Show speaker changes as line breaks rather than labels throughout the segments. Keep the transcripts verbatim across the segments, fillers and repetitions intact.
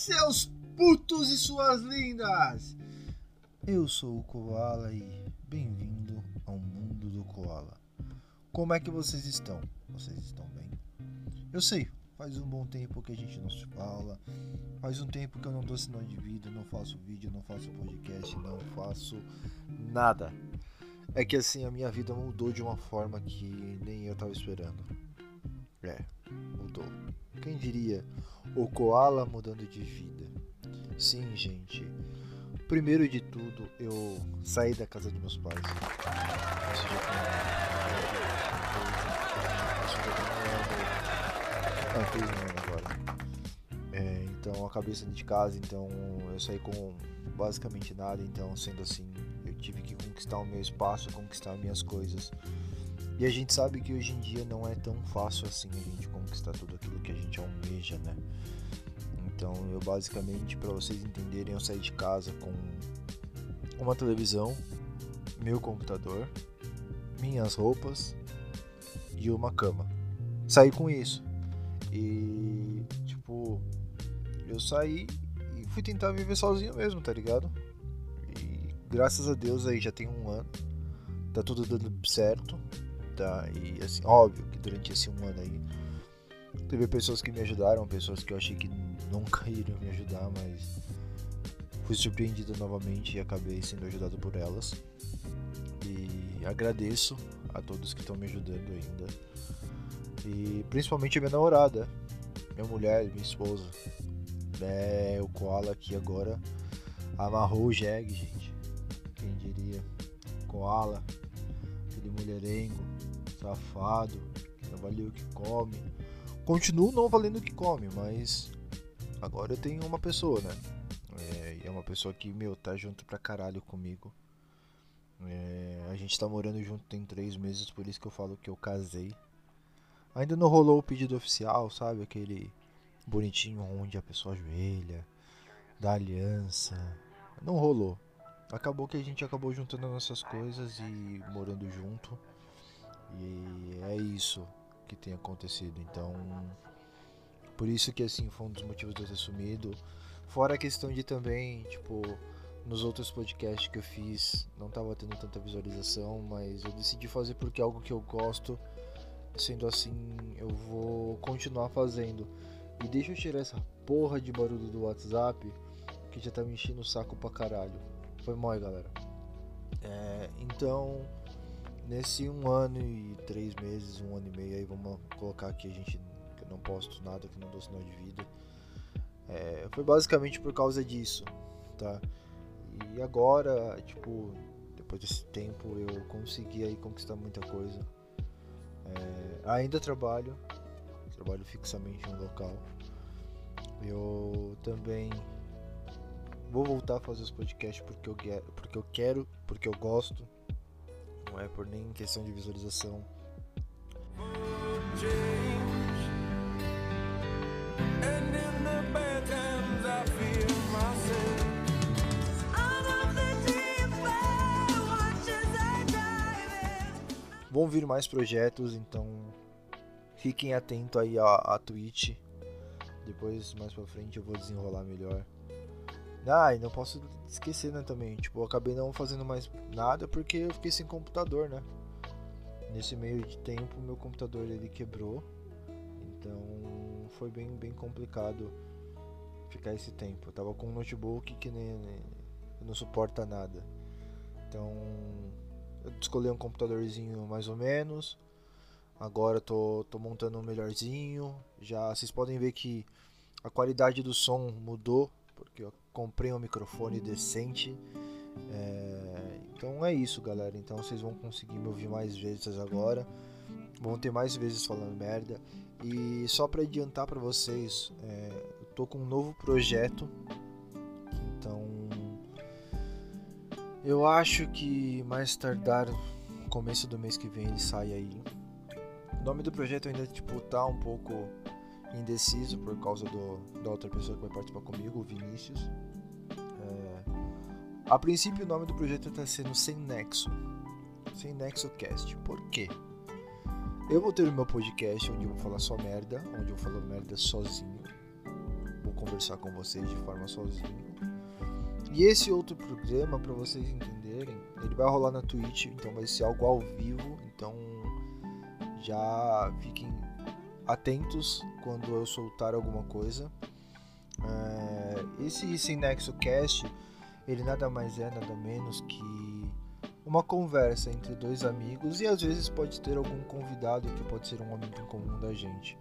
seus putos e suas lindas! Eu sou o Koala e bem-vindo ao mundo do Koala. Como é que vocês estão? Vocês estão bem? Eu sei, faz um bom tempo que a gente não se fala, faz um tempo que eu não dou sinal de vida, não faço vídeo, não faço podcast, não faço nada. É que assim, a minha vida mudou de uma forma que nem eu tava esperando. É, mudou. Quem diria? O Koala mudando de vida. Sim, gente. Primeiro de tudo, eu saí da casa dos meus pais. Isso já tem... Isso já tem um ano. Ah, fez um ano agora. É, então, eu acabei saindo de casa, então eu saí com basicamente nada. Então, sendo assim, eu tive que conquistar o meu espaço, conquistar minhas coisas. E a gente sabe que hoje em dia não é tão fácil assim a gente conquistar tudo aquilo que a gente almeja, né? Então eu basicamente, para vocês entenderem, eu saí de casa com uma televisão, meu computador, minhas roupas e uma cama. Saí com isso. E tipo, eu saí e fui tentar viver sozinho mesmo, tá ligado? E graças a Deus aí já tem um ano, tá tudo dando certo. Tá? E assim, óbvio que durante esse um ano aí teve pessoas que me ajudaram, pessoas que eu achei que nunca iriam me ajudar, mas fui surpreendido novamente e acabei sendo ajudado por elas. E agradeço a todos que estão me ajudando ainda. E principalmente a minha namorada, minha mulher, minha esposa. É, o Koala aqui agora amarrou o Jeg, gente. Quem diria? Koala, aquele mulherengo, safado, que não vale o que come. Continuo não valendo o que come, mas agora eu tenho uma pessoa, né? É, é uma pessoa que, meu, tá junto pra caralho comigo. É, a gente tá morando junto tem três meses, por isso que eu falo que eu casei. Ainda não rolou o pedido oficial, sabe? Aquele bonitinho onde a pessoa ajoelha, dá aliança. Não rolou. Acabou que a gente acabou juntando as nossas coisas e morando junto. E é isso que tem acontecido. Então, por isso que assim foi um dos motivos de eu ter sumido. Fora a questão de também, tipo, nos outros podcasts que eu fiz não tava tendo tanta visualização, mas eu decidi fazer porque é algo que eu gosto. Sendo assim, eu vou continuar fazendo. E deixa eu tirar essa porra de barulho do WhatsApp que já tá me enchendo o saco pra caralho. Foi mal, galera. É, então, nesse um ano e três meses, um ano e meio, aí vamos colocar aqui a gente que eu não posto nada, que não dou sinal de vida. É, foi basicamente por causa disso, tá? E agora, tipo, depois desse tempo, eu consegui aí conquistar muita coisa. É, ainda trabalho, trabalho fixamente em um local. Eu também vou voltar a fazer os podcasts porque eu quero, porque eu quero, porque eu gosto. Não é por nem questão de visualização. Vão vir mais projetos, então fiquem atentos aí à, à Twitch. Depois, mais pra frente, eu vou desenrolar melhor. Ah, e não posso esquecer, né, também. Tipo, eu acabei não fazendo mais nada porque eu fiquei sem computador, né? Nesse meio de tempo, meu computador ele quebrou. Então, foi bem, bem complicado ficar esse tempo. Eu tava com um notebook que nem, nem não suporta nada. Então, eu escolhi um computadorzinho mais ou menos. Agora eu tô, tô montando um melhorzinho. Já vocês podem ver que a qualidade do som mudou, porque eu comprei um microfone decente. É, então é isso, galera. Então vocês vão conseguir me ouvir mais vezes agora. Vão ter mais vezes falando merda. E só pra adiantar pra vocês, é, eu tô com um novo projeto. Então eu acho que mais tardar no começo do mês que vem ele sai aí. O nome do projeto ainda tipo tá um pouco indeciso por causa do, da outra pessoa que vai participar comigo, o Vinícius. É, a princípio o nome do projeto está sendo Sem Nexo, Sem Nexo Cast. Por quê? Eu vou ter o meu podcast onde eu vou falar só merda, onde eu falo merda sozinho. Vou conversar com vocês de forma sozinho. E esse outro programa, para vocês entenderem, ele vai rolar na Twitch, então vai ser algo ao vivo, então já fiquem atentos quando eu soltar alguma coisa. É, esse Sem Nexo Cast, ele nada mais é, nada menos que uma conversa entre dois amigos, e às vezes pode ter algum convidado que pode ser um amigo em comum da gente.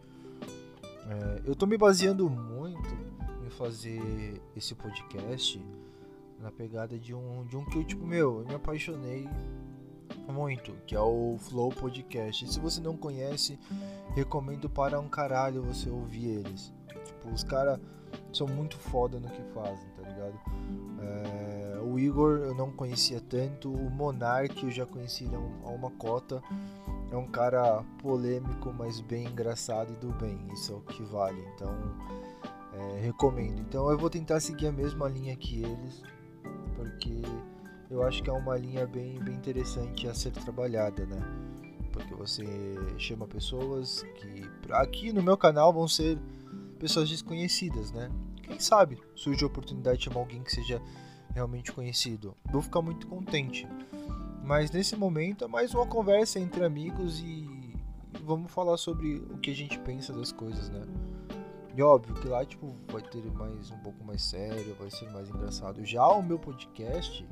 É, eu tô me baseando muito em fazer esse podcast na pegada de um, de um que eu, tipo, meu, eu me apaixonei muito, que é o Flow Podcast. E se você não conhece, recomendo para um caralho você ouvir eles. Tipo, os caras são muito foda no que fazem, tá ligado? É, o Igor eu não conhecia tanto, o Monark eu já conhecia há uma cota. É um cara polêmico, mas bem engraçado e do bem, isso é o que vale, então é, recomendo. Então eu vou tentar seguir a mesma linha que eles, porque eu acho que é uma linha bem, bem interessante a ser trabalhada, né? Porque você chama pessoas que aqui no meu canal vão ser pessoas desconhecidas, né? Quem sabe surge a oportunidade de chamar alguém que seja realmente conhecido. Vou ficar muito contente. Mas nesse momento é mais uma conversa entre amigos e vamos falar sobre o que a gente pensa das coisas, né? E óbvio que lá, tipo, vai ter mais um pouco mais sério, vai ser mais engraçado. Já o meu podcast,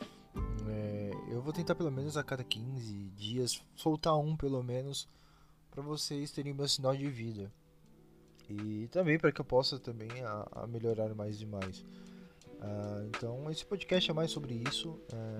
é, eu vou tentar pelo menos a cada quinze dias soltar um pelo menos para vocês terem meu sinal de vida. E também para que eu possa também a, a melhorar mais e mais. Uh, então esse podcast é mais sobre isso.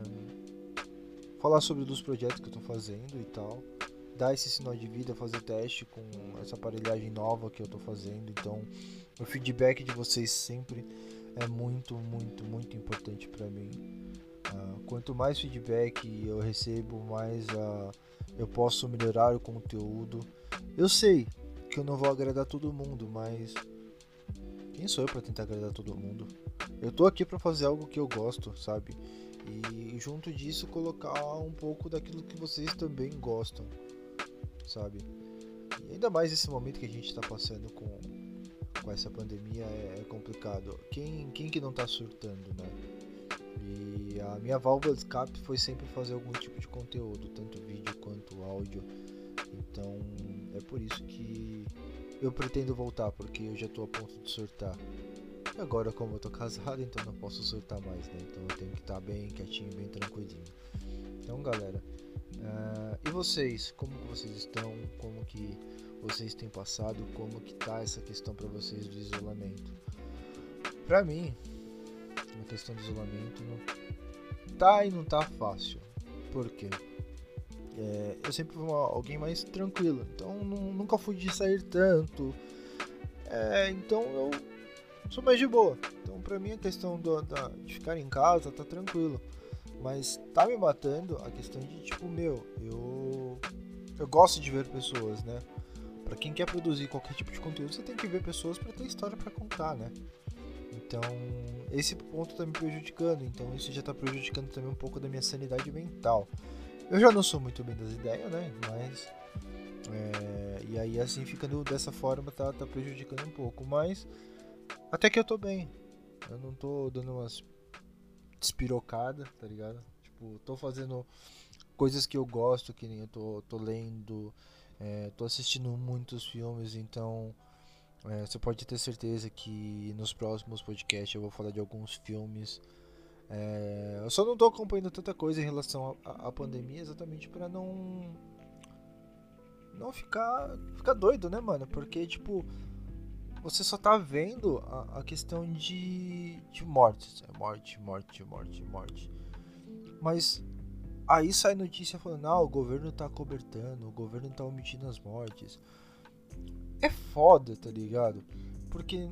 É, falar sobre os projetos que eu tô fazendo e tal. Dar esse sinal de vida, fazer teste com essa aparelhagem nova que eu tô fazendo. Então, o feedback de vocês sempre é muito, muito, muito importante para mim. Uh, quanto mais feedback eu recebo, mais uh, eu posso melhorar o conteúdo. Eu sei que eu não vou agradar todo mundo, mas quem sou eu para tentar agradar todo mundo? Eu tô aqui para fazer algo que eu gosto, sabe? E junto disso colocar um pouco daquilo que vocês também gostam, sabe? E ainda mais esse momento que a gente tá passando com, com essa pandemia é, é complicado. Quem, quem que não tá surtando, né? E a minha válvula de escape foi sempre fazer algum tipo de conteúdo, tanto vídeo quanto áudio. Então é por isso que eu pretendo voltar, porque eu já tô a ponto de surtar. E agora, como eu tô casado, então não posso surtar mais, né? Então eu tenho que estar bem quietinho, bem tranquilinho. Então, galera, uh, e vocês? Como que vocês estão? Como que vocês têm passado? Como que tá essa questão pra vocês do isolamento? Pra mim, a questão do isolamento não tá e não tá fácil. Por quê? É, eu sempre fui uma, alguém mais tranquilo, então não, nunca fui de sair tanto. É, então eu sou mais de boa. Então pra mim a questão do, da, de ficar em casa tá tranquilo. Mas tá me matando a questão de tipo, meu, eu eu gosto de ver pessoas, né? Pra quem quer produzir qualquer tipo de conteúdo, você tem que ver pessoas pra ter história pra contar, né? Então esse ponto tá me prejudicando. Então isso já tá prejudicando também um pouco da minha sanidade mental. Eu já não sou muito bem das ideias, né? Mas é, e aí assim ficando dessa forma tá, tá prejudicando um pouco. Mas até que eu tô bem. Eu não tô dando umas despirocadas, tá ligado? Tipo, tô fazendo coisas que eu gosto, que nem eu tô, tô lendo, é, tô assistindo muitos filmes, então é, você pode ter certeza que nos próximos podcasts eu vou falar de alguns filmes. É, eu só não tô acompanhando tanta coisa em relação à pandemia, exatamente pra não não ficar ficar doido, né, mano? Porque tipo, você só tá vendo a, a questão de, de mortes, morte, morte, morte, morte. Mas aí sai notícia falando, ah, o governo tá cobertando, o governo tá omitindo as mortes. É foda, tá ligado? Porque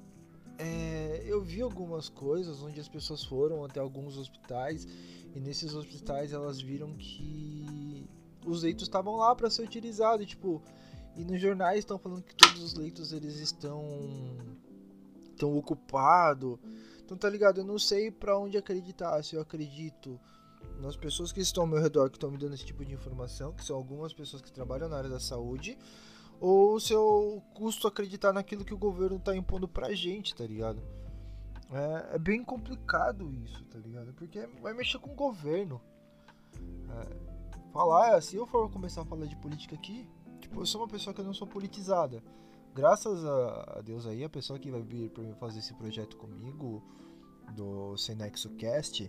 é, eu vi algumas coisas onde as pessoas foram até alguns hospitais e nesses hospitais elas viram que os leitos estavam lá para ser utilizados, tipo, e nos jornais estão falando que todos os leitos eles estão estão ocupados. Então tá ligado, eu não sei para onde acreditar, se eu acredito nas pessoas que estão ao meu redor que estão me dando esse tipo de informação, que são algumas pessoas que trabalham na área da saúde, ou se eu custo acreditar naquilo que o governo tá impondo pra gente, tá ligado? É, é bem complicado isso, tá ligado? Porque vai mexer com o governo. É, falar, se eu for começar a falar de política aqui, tipo, eu sou uma pessoa que eu não sou politizada. Graças a, a Deus aí, a pessoa que vai vir pra mim fazer esse projeto comigo, do Sem Nexo Cast,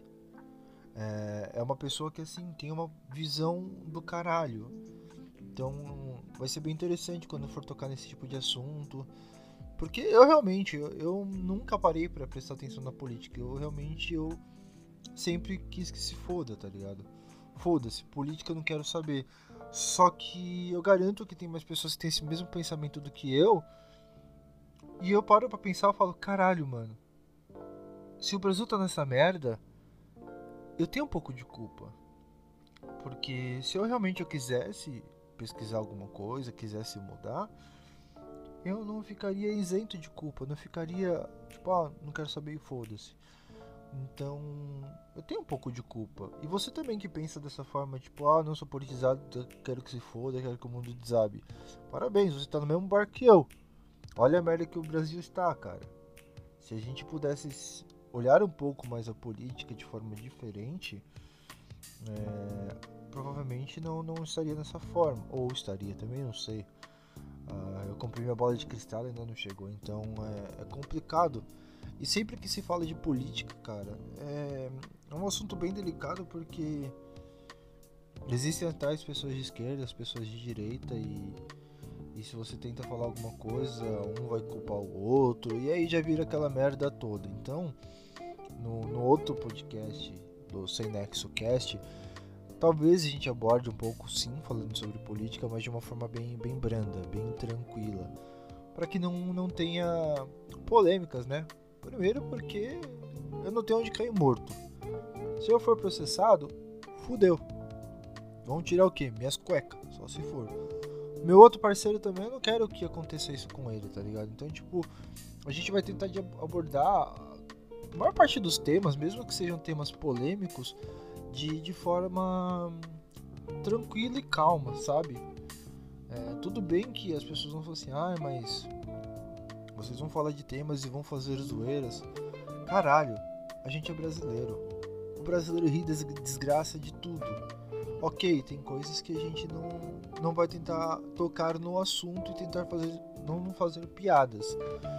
é, é uma pessoa que, assim, tem uma visão do caralho. Então, vai ser bem interessante quando for tocar nesse tipo de assunto. Porque eu realmente, eu, eu nunca parei pra prestar atenção na política. Eu realmente, eu sempre quis que se foda, tá ligado? Foda-se, política eu não quero saber. Só que eu garanto que tem mais pessoas que têm esse mesmo pensamento do que eu. E eu paro pra pensar e falo, caralho, mano. Se o Brasil tá nessa merda, eu tenho um pouco de culpa. Porque se eu realmente eu quisesse pesquisar alguma coisa, quisesse mudar, eu não ficaria isento de culpa, não ficaria, tipo, ah, não quero saber e foda-se. Então, eu tenho um pouco de culpa. E você também que pensa dessa forma, tipo, ah, não sou politizado, quero que se foda, quero que o mundo desabe. Parabéns, você tá no mesmo barco que eu. Olha a merda que o Brasil está, cara. Se a gente pudesse olhar um pouco mais a política de forma diferente, é, provavelmente não, não estaria dessa forma. Ou estaria, também não sei. Uh, eu comprei minha bola de cristal e ainda não chegou, então é, é complicado. E sempre que se fala de política, cara, é, é um assunto bem delicado porque existem atrás pessoas de esquerda, as pessoas de direita e, e se você tenta falar alguma coisa, um vai culpar o outro e aí já vira aquela merda toda. Então, no, no outro podcast do Sem Nexo Cast, talvez a gente aborde um pouco, sim, falando sobre política, mas de uma forma bem, bem branda, bem tranquila, para que não, não tenha polêmicas, né? Primeiro porque eu não tenho onde cair morto. Se eu for processado, fudeu. Vão tirar o quê? Minhas cuecas, só se for. Meu outro parceiro também, eu não quero que aconteça isso com ele, tá ligado? Então, tipo, a gente vai tentar de abordar a maior parte dos temas, mesmo que sejam temas polêmicos, De, de forma tranquila e calma, sabe? É, tudo bem que as pessoas vão falar assim, ah, mas vocês vão falar de temas e vão fazer zoeiras. Caralho, a gente é brasileiro. O brasileiro ri das desgraça de tudo. Ok, tem coisas que a gente não, não vai tentar tocar no assunto e tentar fazer, não fazer piadas.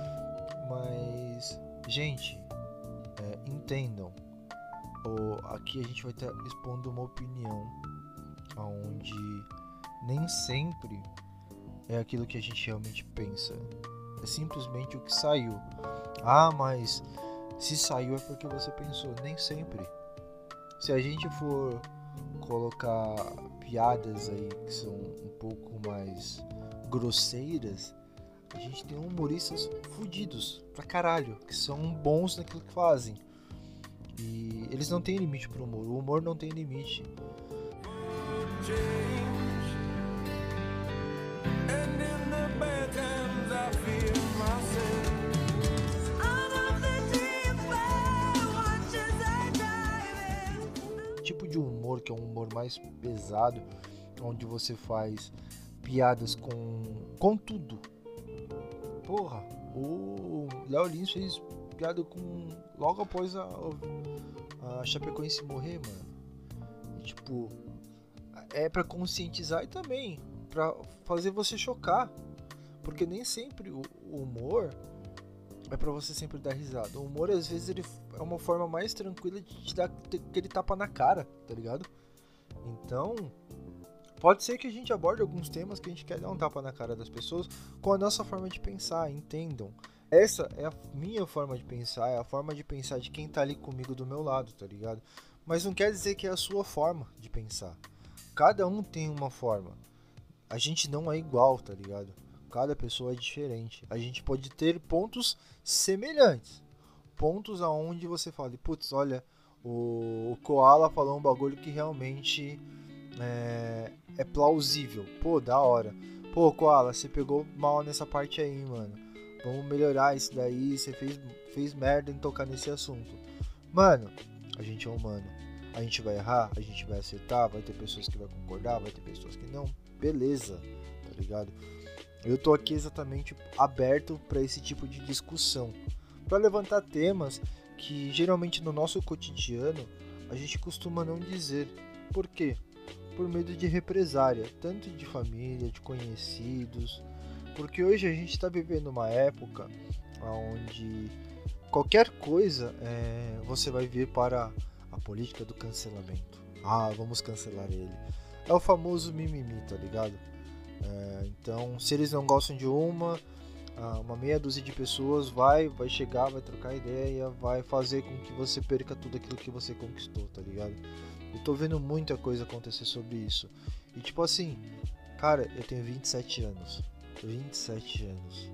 Mas, gente, é, entendam. Aqui a gente vai estar expondo uma opinião onde nem sempre é aquilo que a gente realmente pensa, é simplesmente o que saiu. Ah, mas se saiu é porque você pensou. Nem sempre. Se a gente for colocar piadas aí que são um pouco mais grosseiras, a gente tem humoristas fudidos pra caralho, que são bons naquilo que fazem. E eles não têm limite pro humor. O humor não tem limite. Tipo de humor que é um humor mais pesado, onde você faz piadas com com tudo. Porra, o Léo Lins fez piada com logo após a, a Chapecoense morrer, mano. E, tipo, é pra conscientizar e também pra fazer você chocar, porque nem sempre o, o humor é pra você sempre dar risada. O humor às vezes ele é uma forma mais tranquila de te dar aquele tapa na cara, tá ligado? Então, pode ser que a gente aborde alguns temas que a gente quer dar um tapa na cara das pessoas com a nossa forma de pensar, entendam. Essa é a minha forma de pensar, é a forma de pensar de quem tá ali comigo do meu lado, tá ligado? Mas não quer dizer que é a sua forma de pensar. Cada um tem uma forma. A gente não é igual, tá ligado? Cada pessoa é diferente. A gente pode ter pontos semelhantes. Pontos aonde você fala, putz, olha, o, o Koala falou um bagulho que realmente é, é plausível. Pô, da hora. Pô, Koala, você pegou mal nessa parte aí, mano. Vamos melhorar isso daí, você fez, fez merda em tocar nesse assunto. Mano, a gente é humano. A gente vai errar, a gente vai acertar, vai ter pessoas que vão concordar, vai ter pessoas que não. Beleza, tá ligado? Eu tô aqui exatamente aberto para esse tipo de discussão, para levantar temas que geralmente no nosso cotidiano a gente costuma não dizer. Por quê? Por medo de represária, tanto de família, de conhecidos, porque hoje a gente está vivendo uma época onde qualquer coisa é, você vai vir para a política do cancelamento. Ah, vamos cancelar ele. É o famoso mimimi, tá ligado? É, então, se eles não gostam de uma, uma meia dúzia de pessoas vai, vai chegar, vai trocar ideia, vai fazer com que você perca tudo aquilo que você conquistou, tá ligado? Eu tô vendo muita coisa acontecer sobre isso. E tipo assim, cara, eu tenho vinte e sete anos. vinte e sete anos.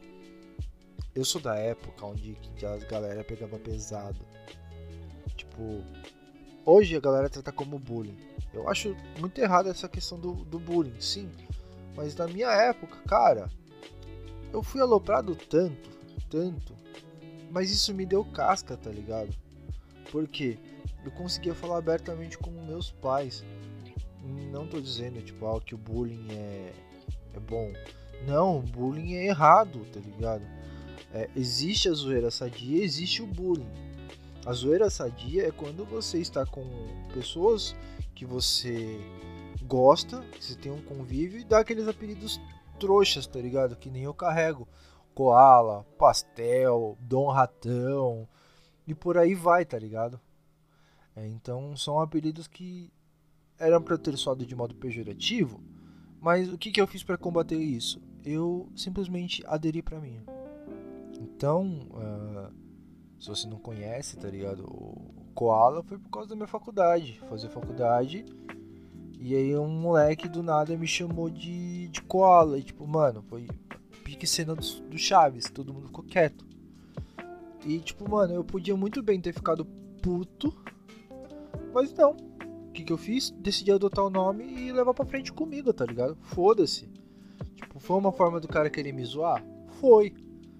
Eu sou da época onde a galera pegava pesado. Tipo, hoje a galera trata como bullying. Eu acho muito errado essa questão do, do bullying, sim. Mas na minha época, cara, eu fui aloprado tanto, tanto. Mas isso me deu casca, tá ligado? Por quê? Eu conseguia falar abertamente com meus pais. Não tô dizendo, tipo, ah, que o bullying é, é bom. Não, o bullying é errado, tá ligado? É, existe a zoeira sadia, existe o bullying. A zoeira sadia é quando você está com pessoas que você gosta, que você tem um convívio e dá aqueles apelidos trouxas, tá ligado? Que nem eu carrego. Koala, Pastel, Dom Ratão e por aí vai, tá ligado? É, então são apelidos que eram pra eu ter soado de modo pejorativo, mas o que, que eu fiz pra combater isso? Eu simplesmente aderi pra mim. Então, uh, se você não conhece, tá ligado? O Koala foi por causa da minha faculdade. Fazer faculdade. E aí um moleque do nada me chamou de, de Koala. E tipo, mano, foi pique cena do, do Chaves. Todo mundo ficou quieto. E tipo, mano, eu podia muito bem ter ficado puto. Mas não. O que, que eu fiz? Decidi adotar o nome e levar pra frente comigo, tá ligado? Foda-se. Tipo, foi uma forma do cara querer me zoar? Foi.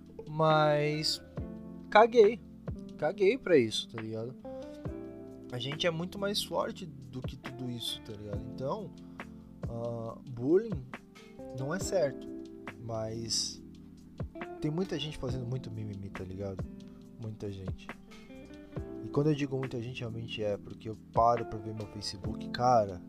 Mas caguei. Caguei pra isso, tá ligado? A gente é muito mais forte do que tudo isso, tá ligado? Então, uh, bullying não é certo. Mas tem muita gente fazendo muito mimimi, tá ligado? Muita gente. E quando eu digo muita gente, realmente é porque eu paro pra ver meu Facebook, cara,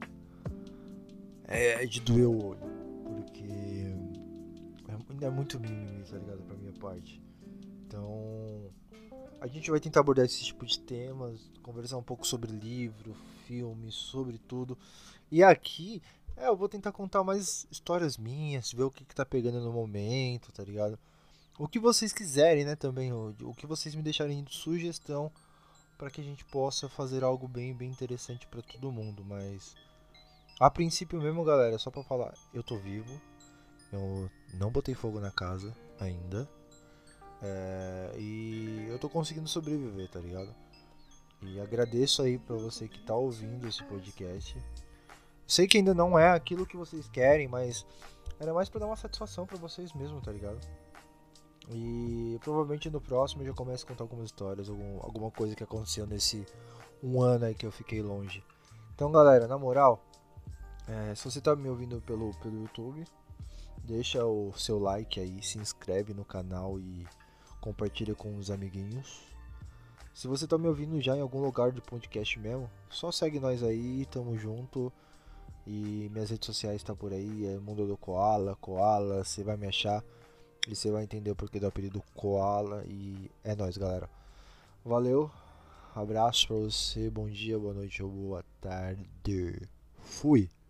é de doer o olho. Porque ainda é muito mimimi, tá ligado? Pra minha parte. Então, a gente vai tentar abordar esse tipo de temas, conversar um pouco sobre livro, filme, sobre tudo. E aqui, é, eu vou tentar contar mais histórias minhas, ver o que, que tá pegando no momento, tá ligado? O que vocês quiserem, né, também, o, o que vocês me deixarem de sugestão para que a gente possa fazer algo bem, bem interessante para todo mundo. Mas, a princípio mesmo, galera, só pra falar, eu tô vivo, eu não botei fogo na casa ainda. É, e eu tô conseguindo sobreviver, tá ligado? E agradeço aí pra você que tá ouvindo esse podcast. Sei que ainda não é aquilo que vocês querem, mas era mais pra dar uma satisfação pra vocês mesmo, tá ligado? E provavelmente no próximo eu já começo a contar algumas histórias, algum, alguma coisa que aconteceu nesse um ano aí que eu fiquei longe. Então, galera, na moral, é, se você tá me ouvindo pelo, pelo YouTube, deixa o seu like aí, se inscreve no canal e compartilha com os amiguinhos. Se você tá me ouvindo já em algum lugar do podcast mesmo, só segue nós aí, tamo junto. E minhas redes sociais tá por aí, é Mundo do Koala, Koala, você vai me achar e você vai entender o porquê do apelido Koala. E é nóis, galera. Valeu, abraço pra você, bom dia, boa noite ou boa tarde. Fui!